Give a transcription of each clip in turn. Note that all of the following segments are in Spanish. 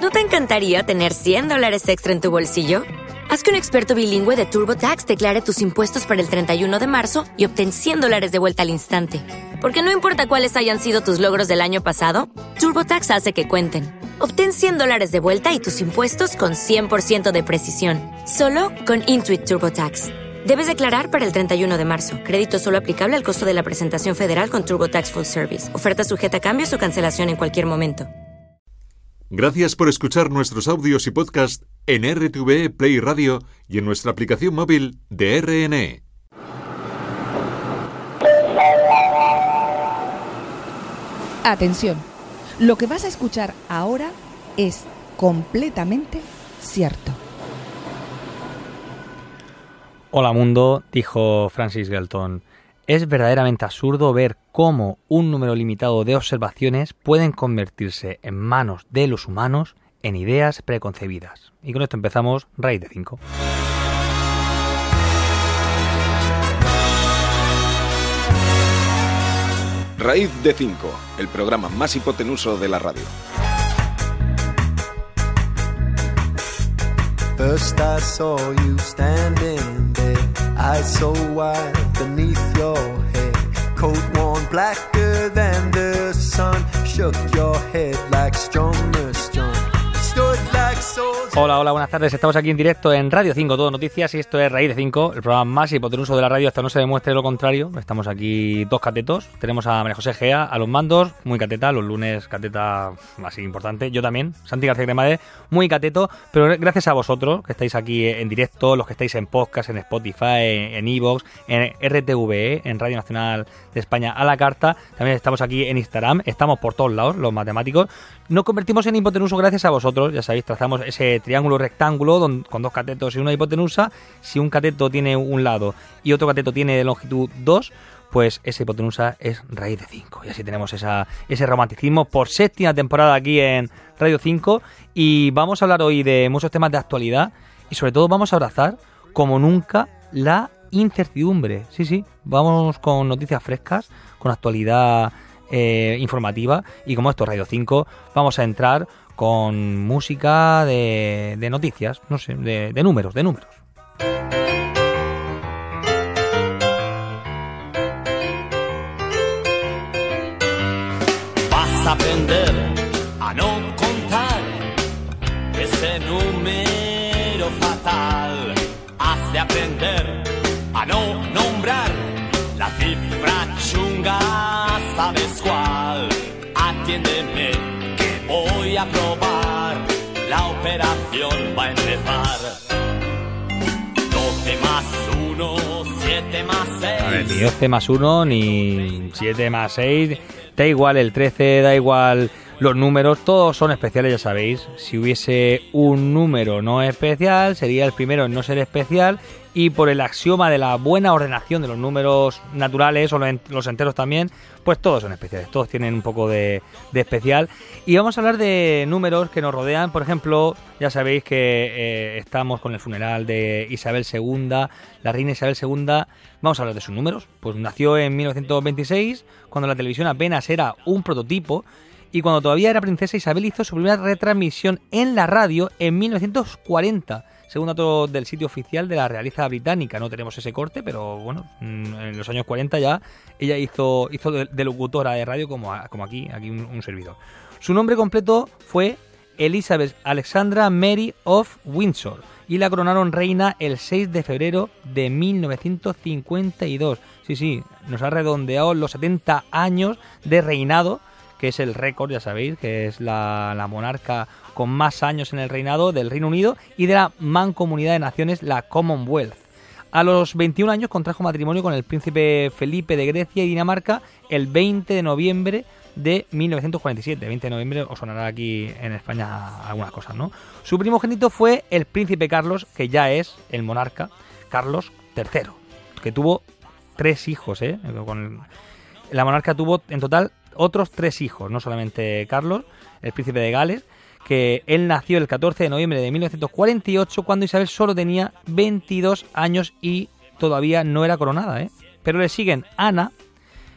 ¿No te encantaría tener $100 extra en tu bolsillo? Haz que un experto bilingüe de TurboTax declare tus impuestos para el 31 de marzo y obtén $100 de vuelta al instante. Porque no importa cuáles hayan sido tus logros del año pasado, TurboTax hace que cuenten. Obtén $100 de vuelta y tus impuestos con 100% de precisión. Solo con Intuit TurboTax. Debes declarar para el 31 de marzo. Crédito solo aplicable al costo de la presentación federal con TurboTax Full Service. Oferta sujeta a cambios o cancelación en cualquier momento. Gracias por escuchar nuestros audios y podcast en RTVE Play Radio y en nuestra aplicación móvil de RNE. Atención, lo que vas a escuchar ahora es completamente cierto. Hola mundo, dijo Francis Galton. Es verdaderamente absurdo ver cómo un número limitado de observaciones pueden convertirse en manos de los humanos en ideas preconcebidas. Y con esto empezamos Raíz de 5. Raíz de 5, el programa más hipotenuso de la radio. First I saw you standing there, eyes so wide beneath your head, coat worn blacker than the sun, shook your head like strummer's drum, stood like swords. Hola, buenas tardes, estamos aquí en directo en Radio 5, Todo Noticias, y esto es Raíz de 5, el programa más hipotenuso de la radio hasta no se demuestre lo contrario. Estamos aquí dos catetos, tenemos a María José Gea a los mandos, muy cateta, los lunes cateta así importante, yo también, Santi García Cremade, muy cateto, pero gracias a vosotros que estáis aquí en directo, los que estáis en podcast, en Spotify, en iVoox, en RTVE, en Radio Nacional de España a la carta, también estamos aquí en Instagram, estamos por todos lados, los matemáticos, nos convertimos en hipotenuso gracias a vosotros, ya sabéis, trazamos ese triángulo rectángulo con dos catetos y una hipotenusa. Si un cateto tiene un lado y otro cateto tiene de longitud 2, pues esa hipotenusa es raíz de 5. Y así tenemos ese romanticismo por séptima temporada aquí en Radio 5. Y vamos a hablar hoy de muchos temas de actualidad y sobre todo vamos a abrazar como nunca la incertidumbre. Sí, vamos con noticias frescas, con actualidad informativa, y como esto es Radio 5, vamos a entrar con música de noticias, no sé, de números. Vas a aprender a no contar ese número fatal. Has de aprender a no nombrar la cifra chunga, ¿sabes cuál? Atiéndeme, voy a probar, la operación va a empezar. 12 más 1, 7 más 6. A ver, ni 12 más 1, ni 7 más 6. Da igual el 13, da igual los números, todos son especiales, ya sabéis. Si hubiese un número no especial, sería el primero en no ser especial. Y por el axioma de la buena ordenación de los números naturales, o los enteros también, pues todos son especiales, todos tienen un poco de especial. Y vamos a hablar de números que nos rodean. Por ejemplo, ya sabéis que estamos con el funeral de Isabel II, la reina Isabel II. Vamos a hablar de sus números. Pues nació en 1926, cuando la televisión apenas era un prototipo, y cuando todavía era princesa, Isabel hizo su primera retransmisión en la radio en 1940. Según datos del sitio oficial de la realeza británica. No tenemos ese corte, pero bueno, en los años 40 ya ella hizo de locutora de radio como aquí un servidor. Su nombre completo fue Elizabeth Alexandra Mary of Windsor y la coronaron reina el 6 de febrero de 1952. Sí, nos ha redondeado los 70 años de reinado, que es el récord, ya sabéis, que es la monarca con más años en el reinado del Reino Unido y de la Mancomunidad de Naciones, la Commonwealth. A los 21 años contrajo matrimonio con el príncipe Felipe de Grecia y Dinamarca el 20 de noviembre de 1947. 20 de noviembre os sonará aquí en España algunas cosas, ¿no? Su primogénito fue el príncipe Carlos, que ya es el monarca Carlos III, que tuvo 3 hijos, La monarca tuvo en total otros 3 hijos, no solamente Carlos, el príncipe de Gales, que él nació el 14 de noviembre de 1948, cuando Isabel solo tenía 22 años y todavía no era coronada, Pero le siguen Ana,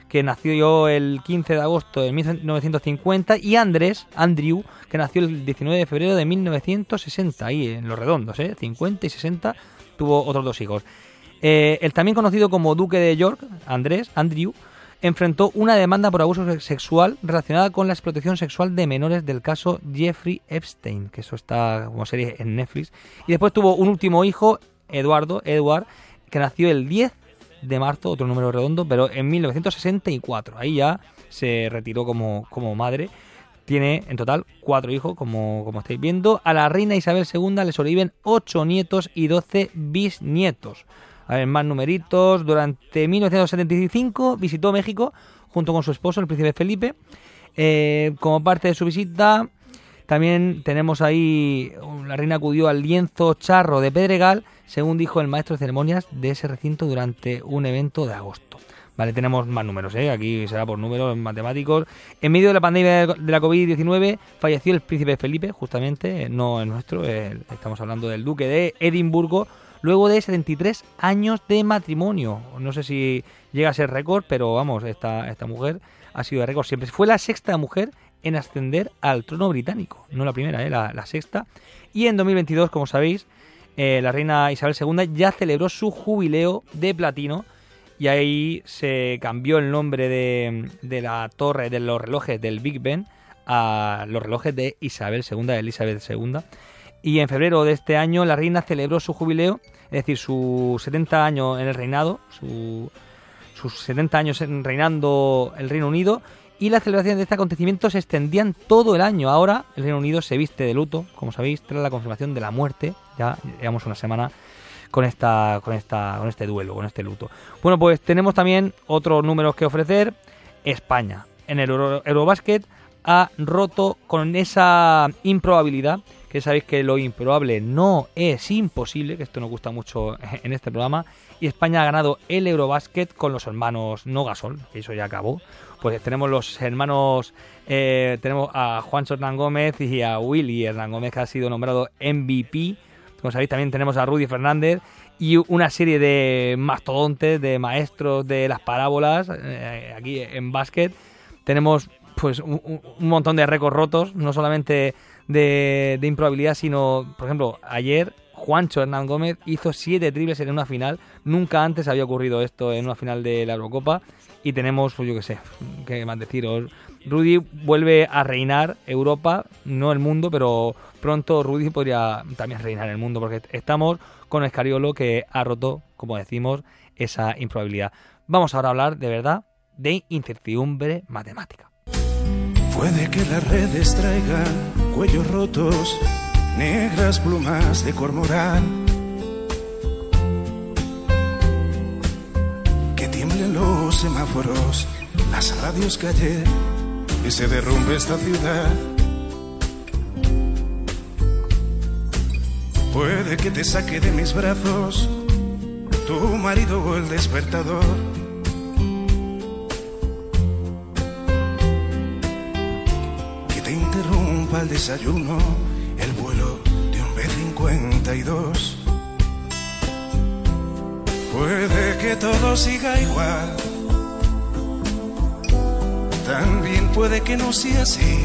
que nació el 15 de agosto de 1950, y Andrew, que nació el 19 de febrero de 1960, ahí en los redondos, 50 y 60, tuvo otros 2 hijos. El también conocido como Duque de York, Andrew, enfrentó una demanda por abuso sexual relacionada con la explotación sexual de menores del caso Jeffrey Epstein, que eso está como serie en Netflix. Y después tuvo un último hijo, Edward, que nació el 10 de marzo, otro número redondo, pero en 1964. Ahí ya se retiró como madre. Tiene en total 4 hijos, como estáis viendo. A la reina Isabel II le sobreviven 8 nietos y 12 bisnietos. A ver, más numeritos. Durante 1975 visitó México junto con su esposo, el príncipe Felipe. Como parte de su visita, también tenemos ahí, la reina acudió al lienzo charro de Pedregal, según dijo el maestro de ceremonias de ese recinto durante un evento de agosto. Vale, tenemos más números, aquí será por números matemáticos. En medio de la pandemia de la COVID-19 falleció el príncipe Felipe, justamente, no el nuestro, estamos hablando del duque de Edimburgo, luego de 73 años de matrimonio. No sé si llega a ser récord, pero vamos, esta mujer ha sido de récord siempre. Fue la 6ª mujer en ascender al trono británico, no la primera, la 6ª. Y en 2022, como sabéis, la reina Isabel II ya celebró su jubileo de platino, y ahí se cambió el nombre de la torre de los relojes del Big Ben a los relojes de Isabel II, de Elizabeth II. Y en febrero de este año la reina celebró su jubileo, es decir, sus 70 años en el reinado, sus 70 años reinando el Reino Unido, y las celebraciones de este acontecimiento se extendían todo el año. Ahora el Reino Unido se viste de luto, como sabéis, tras la confirmación de la muerte. Ya llevamos una semana con este duelo, con este luto. Bueno, pues tenemos también otros números que ofrecer. España, en el Eurobasket, ha roto con esa improbabilidad, que sabéis que lo improbable no es imposible, que esto nos gusta mucho en este programa, y España ha ganado el Eurobasket con los hermanos No Gasol, que eso ya acabó. Pues tenemos los hermanos, tenemos a Juancho Hernán Gómez y a Willy Hernán Gómez, que ha sido nombrado MVP. Como sabéis, también tenemos a Rudy Fernández y una serie de mastodontes, de maestros de las parábolas aquí en básquet. Tenemos pues un montón de récords rotos, no solamente de improbabilidad, sino, por ejemplo, ayer Juancho Hernán Gómez hizo 7 triples en una final. Nunca antes había ocurrido esto en una final de la Eurocopa. Y tenemos, pues yo qué sé, qué más deciros. Rudy vuelve a reinar Europa, no el mundo, pero pronto Rudy podría también reinar el mundo, porque estamos con Escariolo, que ha roto, como decimos, esa improbabilidad. Vamos ahora a hablar, de verdad, de incertidumbre matemática. Puede que las redes traigan cuellos rotos, negras plumas de cormorán, que tiemblen los semáforos, las radios que ayer, y se derrumbe esta ciudad. Puede que te saque de mis brazos tu marido o el despertador, que te interrumpa el desayuno, el vuelo de un B-52. Puede que todo siga igual, también puede que no sea así.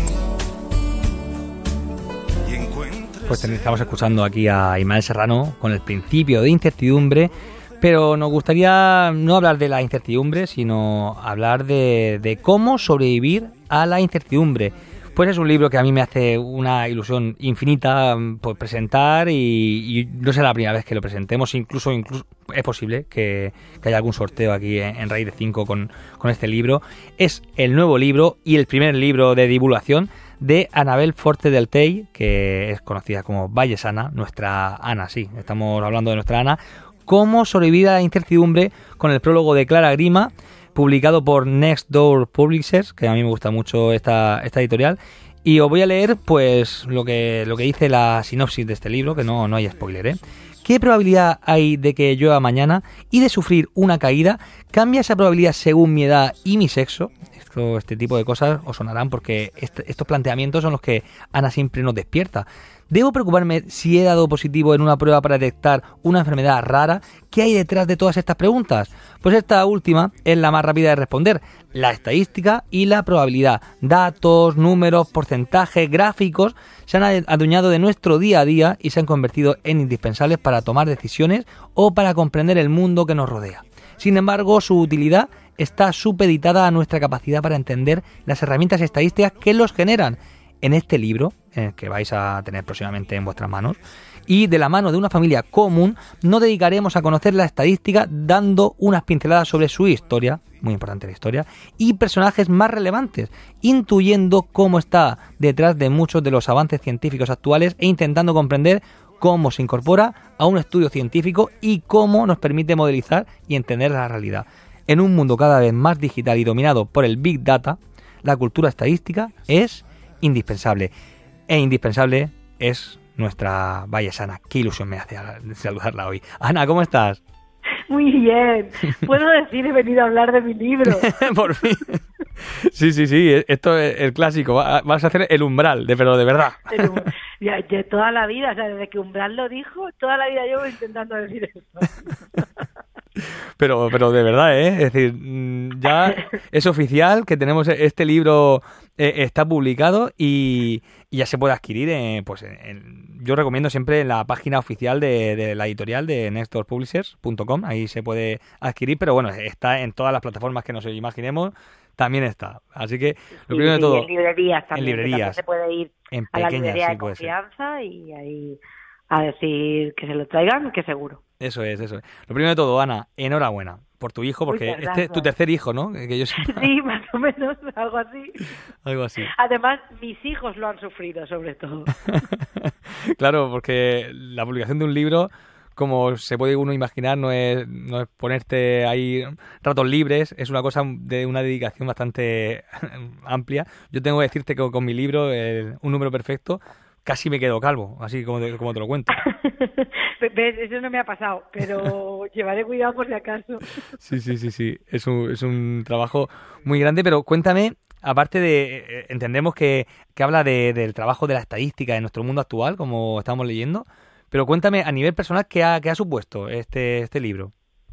Pues estamos escuchando aquí a Ismael Serrano con el principio de incertidumbre, pero nos gustaría no hablar de la incertidumbre, sino hablar de cómo sobrevivir a la incertidumbre. Pues es un libro que a mí me hace una ilusión infinita por presentar, y no será la primera vez que lo presentemos. Incluso es posible que haya algún sorteo aquí en Raíz de 5 con este libro. Es el nuevo libro y el primer libro de divulgación de Anabel Forte del Tey, que es conocida como Vallesana, nuestra Ana, sí, estamos hablando de nuestra Ana. Cómo sobrevivir a la incertidumbre, con el prólogo de Clara Grima, publicado por Next Door Publishers, que a mí me gusta mucho esta editorial. Y os voy a leer pues lo que dice la sinopsis de este libro, que no hay spoiler, ¿Qué probabilidad hay de que llueva mañana y de sufrir una caída? ¿Cambia esa probabilidad según mi edad y mi sexo? Este tipo de cosas os sonarán, porque estos planteamientos son los que Ana siempre nos despierta. ¿Debo preocuparme si he dado positivo en una prueba para detectar una enfermedad rara? ¿Qué hay detrás de todas estas preguntas? Pues esta última es la más rápida de responder. La estadística y la probabilidad. Datos, números, porcentajes, gráficos se han adueñado de nuestro día a día y se han convertido en indispensables para tomar decisiones o para comprender el mundo que nos rodea. Sin embargo, su utilidad está supeditada a nuestra capacidad para entender las herramientas estadísticas que los generan. En este libro, que vais a tener próximamente en vuestras manos, y de la mano de una familia común, nos dedicaremos a conocer la estadística dando unas pinceladas sobre su historia, muy importante la historia, y personajes más relevantes, intuyendo cómo está detrás de muchos de los avances científicos actuales e intentando comprender cómo se incorpora a un estudio científico y cómo nos permite modelizar y entender la realidad. En un mundo cada vez más digital y dominado por el Big Data, la cultura estadística es indispensable. E indispensable es nuestra Ana. Qué ilusión me hace saludarla hoy. Ana, ¿cómo estás? Muy bien. Puedo decir, he venido a hablar de mi libro. Por fin. Sí. Esto es el clásico. Vas a hacer el umbral, pero de verdad. Ya toda la vida, o sea, desde que Umbral lo dijo, toda la vida llevo intentando decir eso. Pero de verdad, ¿eh? Es decir, ya es oficial que tenemos este libro, está publicado y ya se puede adquirir. Yo recomiendo siempre en la página oficial de la editorial de nextdoorpublishers.com, ahí se puede adquirir, pero bueno, está en todas las plataformas que nos imaginemos, también está. Así que lo primero de todo, en librerías también, en librerías, también se puede ir en a la pequeñas, librería sí, de confianza y ahí a decir que se lo traigan, que seguro. Eso es. Lo primero de todo, Ana, enhorabuena por tu hijo, porque este es tu tercer hijo, ¿no? Que yo siempre... Sí, más o menos, algo así. Algo así. Además, mis hijos lo han sufrido, sobre todo. Claro, porque la publicación de un libro, como se puede uno imaginar, no es ponerte ahí ratos libres, es una cosa de una dedicación bastante amplia. Yo tengo que decirte que con mi libro, Un número perfecto, casi me quedo calvo, así como te lo cuento. ¿Ves? Eso no me ha pasado, pero llevaré cuidado por si acaso. Sí. Es un trabajo muy grande, pero cuéntame, aparte de... entendemos que habla del trabajo de la estadística en nuestro mundo actual, como estamos leyendo, pero cuéntame a nivel personal qué ha supuesto este libro.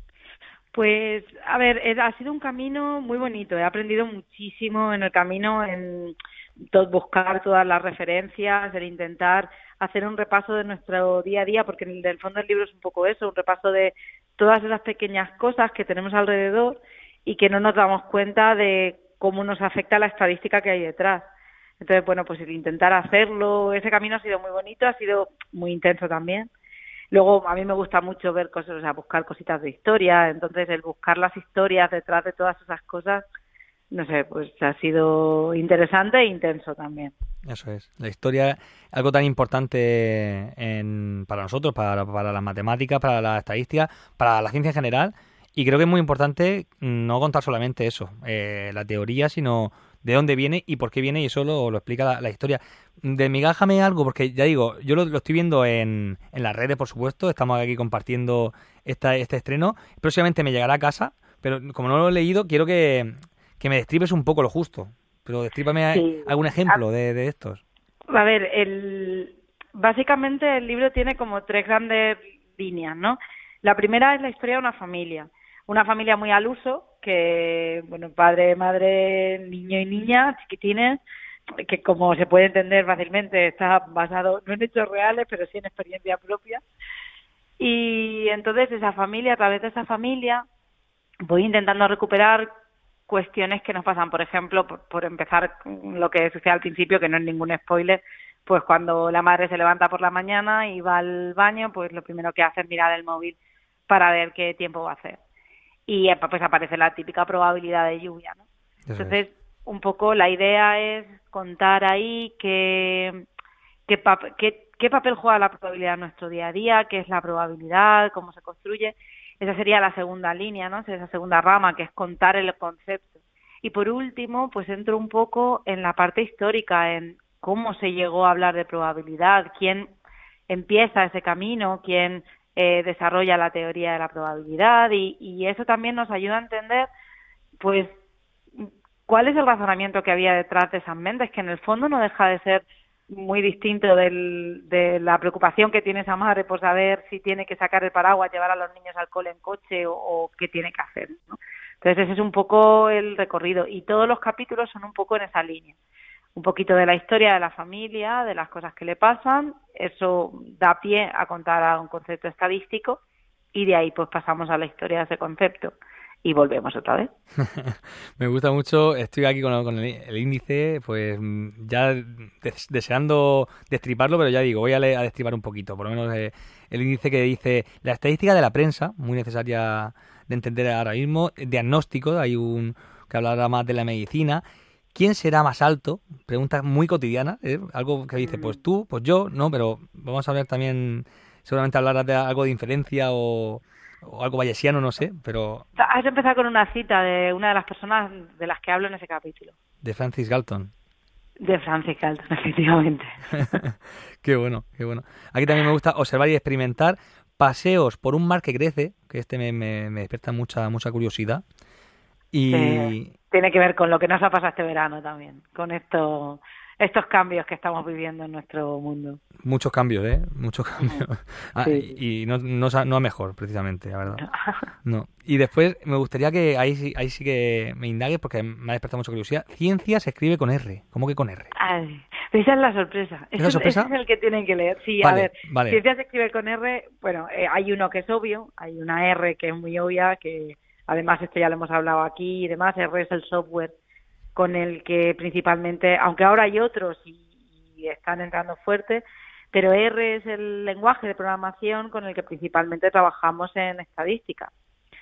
Pues, a ver, ha sido un camino muy bonito. He aprendido muchísimo en el camino, en buscar todas las referencias, el intentar hacer un repaso de nuestro día a día, porque en el fondo el libro es un poco eso, un repaso de todas esas pequeñas cosas que tenemos alrededor y que no nos damos cuenta de cómo nos afecta la estadística que hay detrás. Entonces, bueno, pues el intentar hacerlo, ese camino ha sido muy bonito, ha sido muy intenso también. Luego, a mí me gusta mucho ver cosas, o sea, buscar cositas de historia, entonces el buscar las historias detrás de todas esas cosas, no sé, pues ha sido interesante e intenso también. Eso es. La historia, algo tan importante para nosotros, para las matemáticas, para la estadística, para la ciencia en general. Y creo que es muy importante no contar solamente eso, la teoría, sino de dónde viene y por qué viene, y eso lo explica la historia. Desmigájame algo, porque ya digo, yo lo estoy viendo en las redes, por supuesto. Estamos aquí compartiendo este estreno. Próximamente me llegará a casa, pero como no lo he leído, quiero que me destripes un poco lo justo. Pero destrípame algún ejemplo de estos. A ver, básicamente el libro tiene como 3 grandes líneas, ¿no? La primera es la historia de una familia muy al uso, que, bueno, padre, madre, niño y niña, chiquitines, que como se puede entender fácilmente está basado no en hechos reales, pero sí en experiencia propia. Y entonces a través de esa familia, voy intentando recuperar cuestiones que nos pasan. Por ejemplo, por empezar lo que decía al principio, que no es ningún spoiler, pues cuando la madre se levanta por la mañana y va al baño, pues lo primero que hace es mirar el móvil para ver qué tiempo va a hacer. Y pues aparece la típica probabilidad de lluvia, ¿no? Entonces, un poco la idea es contar ahí qué papel juega la probabilidad en nuestro día a día, qué es la probabilidad, cómo se construye. Esa sería la segunda línea, ¿no? Esa segunda rama, que es contar el concepto. Y por último, pues entro un poco en la parte histórica, en cómo se llegó a hablar de probabilidad, quién empieza ese camino, quién desarrolla la teoría de la probabilidad, y eso también nos ayuda a entender, pues, cuál es el razonamiento que había detrás de esas mentes, que en el fondo no deja de ser muy distinto de la preocupación que tiene esa madre por saber si tiene que sacar el paraguas, llevar a los niños al cole en coche o qué tiene que hacer, ¿no? Entonces ese es un poco el recorrido y todos los capítulos son un poco en esa línea. Un poquito de la historia de la familia, de las cosas que le pasan, eso da pie a contar a un concepto estadístico y de ahí pues pasamos a la historia de ese concepto y volvemos otra vez. Me gusta mucho, estoy aquí con el índice, pues ya deseando destriparlo, pero ya digo, voy a destripar un poquito, por lo menos el índice que dice la estadística de la prensa, muy necesaria de entender ahora mismo, diagnóstico, hay un que hablará más de la medicina. ¿Quién será más alto? Pregunta muy cotidiana, algo que dice, pues tú, pues yo, no, pero vamos a hablar también, seguramente hablarás de algo de inferencia o algo bayesiano, no sé, pero... Has de empezar con una cita de una de las personas de las que hablo en ese capítulo. De Francis Galton. De Francis Galton, efectivamente. Qué bueno, qué bueno. Aquí también me gusta observar y experimentar paseos por un mar que crece, que me despierta mucha curiosidad. Y... tiene que ver con lo que nos ha pasado este verano también, con estos cambios que estamos viviendo en nuestro mundo. Muchos cambios, muchos cambios. Sí. Y no a mejor, precisamente, la verdad. No. Y después me gustaría que ahí sí que me indagues, porque me ha despertado mucha curiosidad. Ciencia se escribe con R. ¿Cómo que con R? Ay, esa es la sorpresa. ¿Es la sorpresa? Ese es el que tienen que leer. Sí, vale, a ver, vale. Ciencia se escribe con R. Bueno, hay uno que es obvio, hay una R que es muy obvia, que además esto ya lo hemos hablado aquí y demás. R es el software con el que principalmente, aunque ahora hay otros y están entrando fuerte, pero R es el lenguaje de programación con el que principalmente trabajamos en estadística.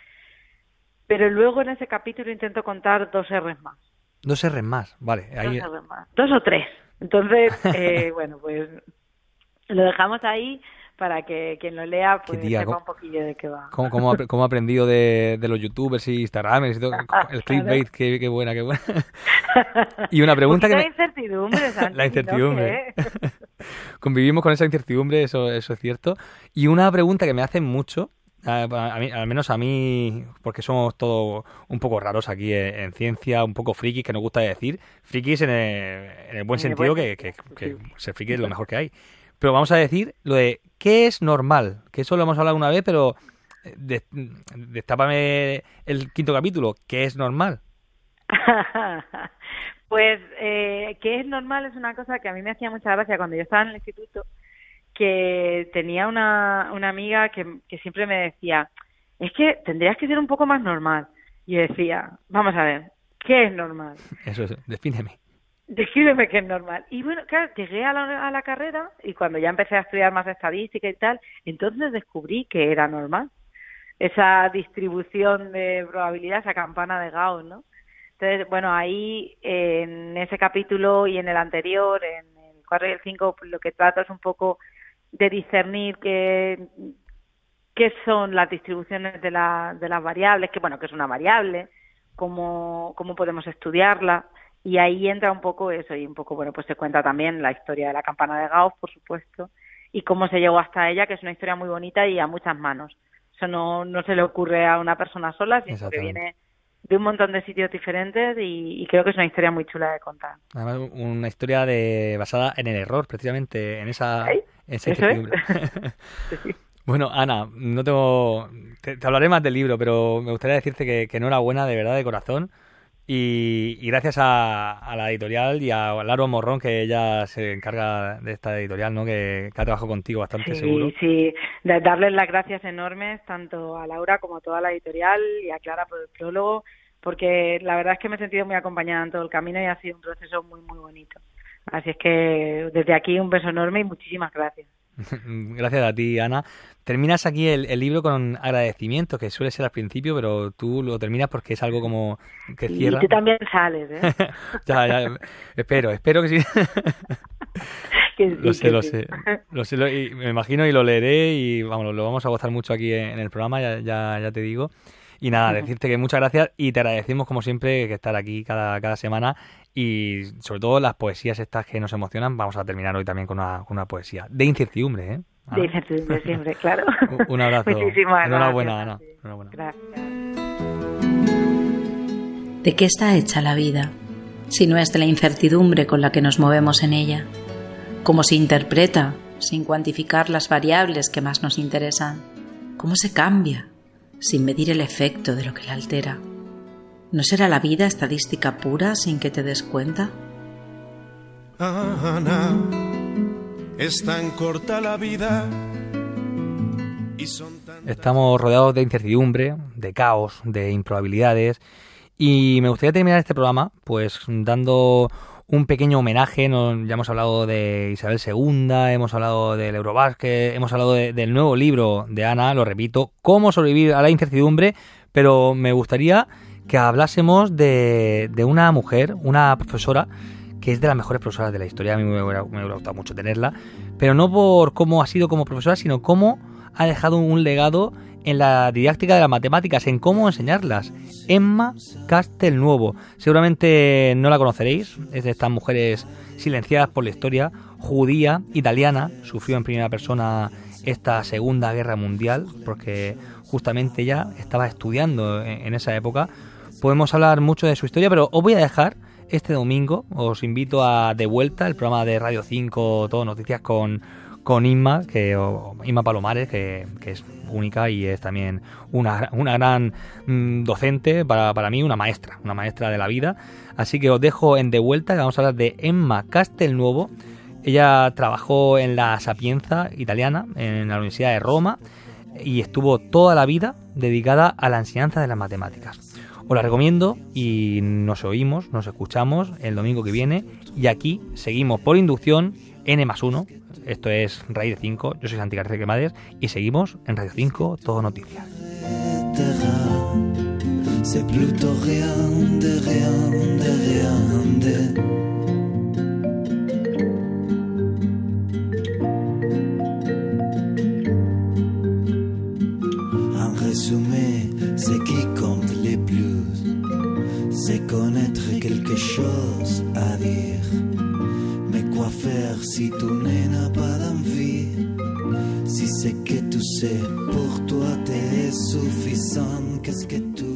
Pero luego en ese capítulo intento contar 2 R's más. 2 R's más, vale. Ahí... 2 R's más. 2 o 3. Entonces, bueno, pues lo dejamos ahí para que quien lo lea pues sepa un poquillo de qué va. ¿Cómo ha aprendido de los youtubers y instagramers y todo? El clickbait, qué buena. Y una pregunta que la incertidumbre, Santi, la incertidumbre. Convivimos con esa incertidumbre, eso es cierto. Y una pregunta que me hacen mucho, al menos a mí, porque somos todos un poco raros aquí en ciencia, un poco frikis, que nos gusta decir. Frikis en el buen sentido, que ser friki es lo mejor que hay. Pero vamos a decir lo de ¿qué es normal? Que eso lo hemos hablado una vez, pero destápame el 5º capítulo. ¿Qué es normal? Pues ¿qué es normal? Es una cosa que a mí me hacía mucha gracia cuando yo estaba en el instituto, que tenía una amiga que siempre me decía, es que tendrías que ser un poco más normal. Y yo decía, vamos a ver, ¿qué es normal? Eso es, defíneme. Descríbeme qué es normal. Y bueno, claro, llegué a la carrera y cuando ya empecé a estudiar más estadística y tal, entonces descubrí que era normal. Esa distribución de probabilidad, esa campana de Gauss, ¿no? Entonces, bueno, ahí en ese capítulo y en el anterior, en el 4 y el 5, lo que trato es un poco de discernir qué son las distribuciones de las variables, que es una variable, cómo podemos estudiarla. Y ahí entra un poco eso y un poco, pues se cuenta también la historia de la campana de Gauss, por supuesto, y cómo se llegó hasta ella, que es una historia muy bonita y a muchas manos. Eso no se le ocurre a una persona sola, sino que viene de un montón de sitios diferentes y creo que es una historia muy chula de contar. Además, una historia basada en el error, precisamente, en esa incertidumbre. Sí. Bueno, Ana, no tengo... Te hablaré más del libro, pero me gustaría decirte que enhorabuena, de verdad, de corazón. Y gracias a la editorial y a Laura Morrón, que ella se encarga de esta editorial, ¿no? Que ha trabajado contigo bastante, seguro. Sí, darles las gracias enormes tanto a Laura como a toda la editorial y a Clara por el prólogo, porque la verdad es que me he sentido muy acompañada en todo el camino y ha sido un proceso muy, muy bonito. Así es que desde aquí un beso enorme y muchísimas gracias. Gracias a ti, Ana. Terminas aquí el libro con agradecimiento, que suele ser al principio, pero tú lo terminas porque es algo como que cierra. Y tú también sales, ¿eh? ya. Espero que sí. Lo sé. Y me imagino y lo leeré y lo vamos a gozar mucho aquí en el programa, ya te digo. Y nada, decirte que muchas gracias y te agradecemos como siempre que estar aquí cada semana y sobre todo las poesías estas que nos emocionan. Vamos a terminar hoy también con una poesía de incertidumbre, ¿eh? De incertidumbre siempre, claro. Un abrazo. Muchísimas Enhorabuena, gracias. Ana. Enhorabuena. Gracias. ¿De qué está hecha la vida, si no es de la incertidumbre con la que nos movemos en ella? ¿Cómo se interpreta sin cuantificar las variables que más nos interesan? ¿Cómo se cambia sin medir el efecto de lo que la altera? ¿No será la vida estadística pura sin que te des cuenta? Ana, es tan corta la vida y son tan... Estamos rodeados de incertidumbre, de caos, de improbabilidades, y me gustaría terminar este programa pues dando un pequeño homenaje. Ya hemos hablado de Isabel II, hemos hablado del Eurobasket, hemos hablado del nuevo libro de Ana, lo repito, Cómo sobrevivir a la incertidumbre, pero me gustaría que hablásemos de una mujer, una profesora, que es de las mejores profesoras de la historia. A mí me hubiera gustado mucho tenerla, pero no por cómo ha sido como profesora, sino cómo ha dejado un legado en la didáctica de las matemáticas, en cómo enseñarlas. Emma Castelnuovo. Seguramente no la conoceréis, es de estas mujeres silenciadas por la historia, judía, italiana, sufrió en primera persona esta Segunda Guerra Mundial, porque justamente ella estaba estudiando en esa época. Podemos hablar mucho de su historia, pero os voy a dejar este domingo, os invito a De Vuelta, el programa de Radio 5, Todo Noticias con Inma, Inma Palomares, que es única y es también una gran docente para mí, una maestra de la vida. Así que os dejo en De Vuelta, que vamos a hablar de Emma Castelnuovo. Ella trabajó en la Sapienza italiana, en la Universidad de Roma, y estuvo toda la vida dedicada a la enseñanza de las matemáticas. Os la recomiendo y nos escuchamos el domingo que viene, y aquí seguimos por inducción N+1, esto es Raíz de 5, yo soy Santi García Quemades y seguimos en Radio 5 Todo Noticias. Ce qui compte le plus, c'est connaître quelque chose à dire. Mais quoi faire si tu n'as pas d'envie? Si ce que tu sais pour toi t'est suffisant, qu'est-ce que tu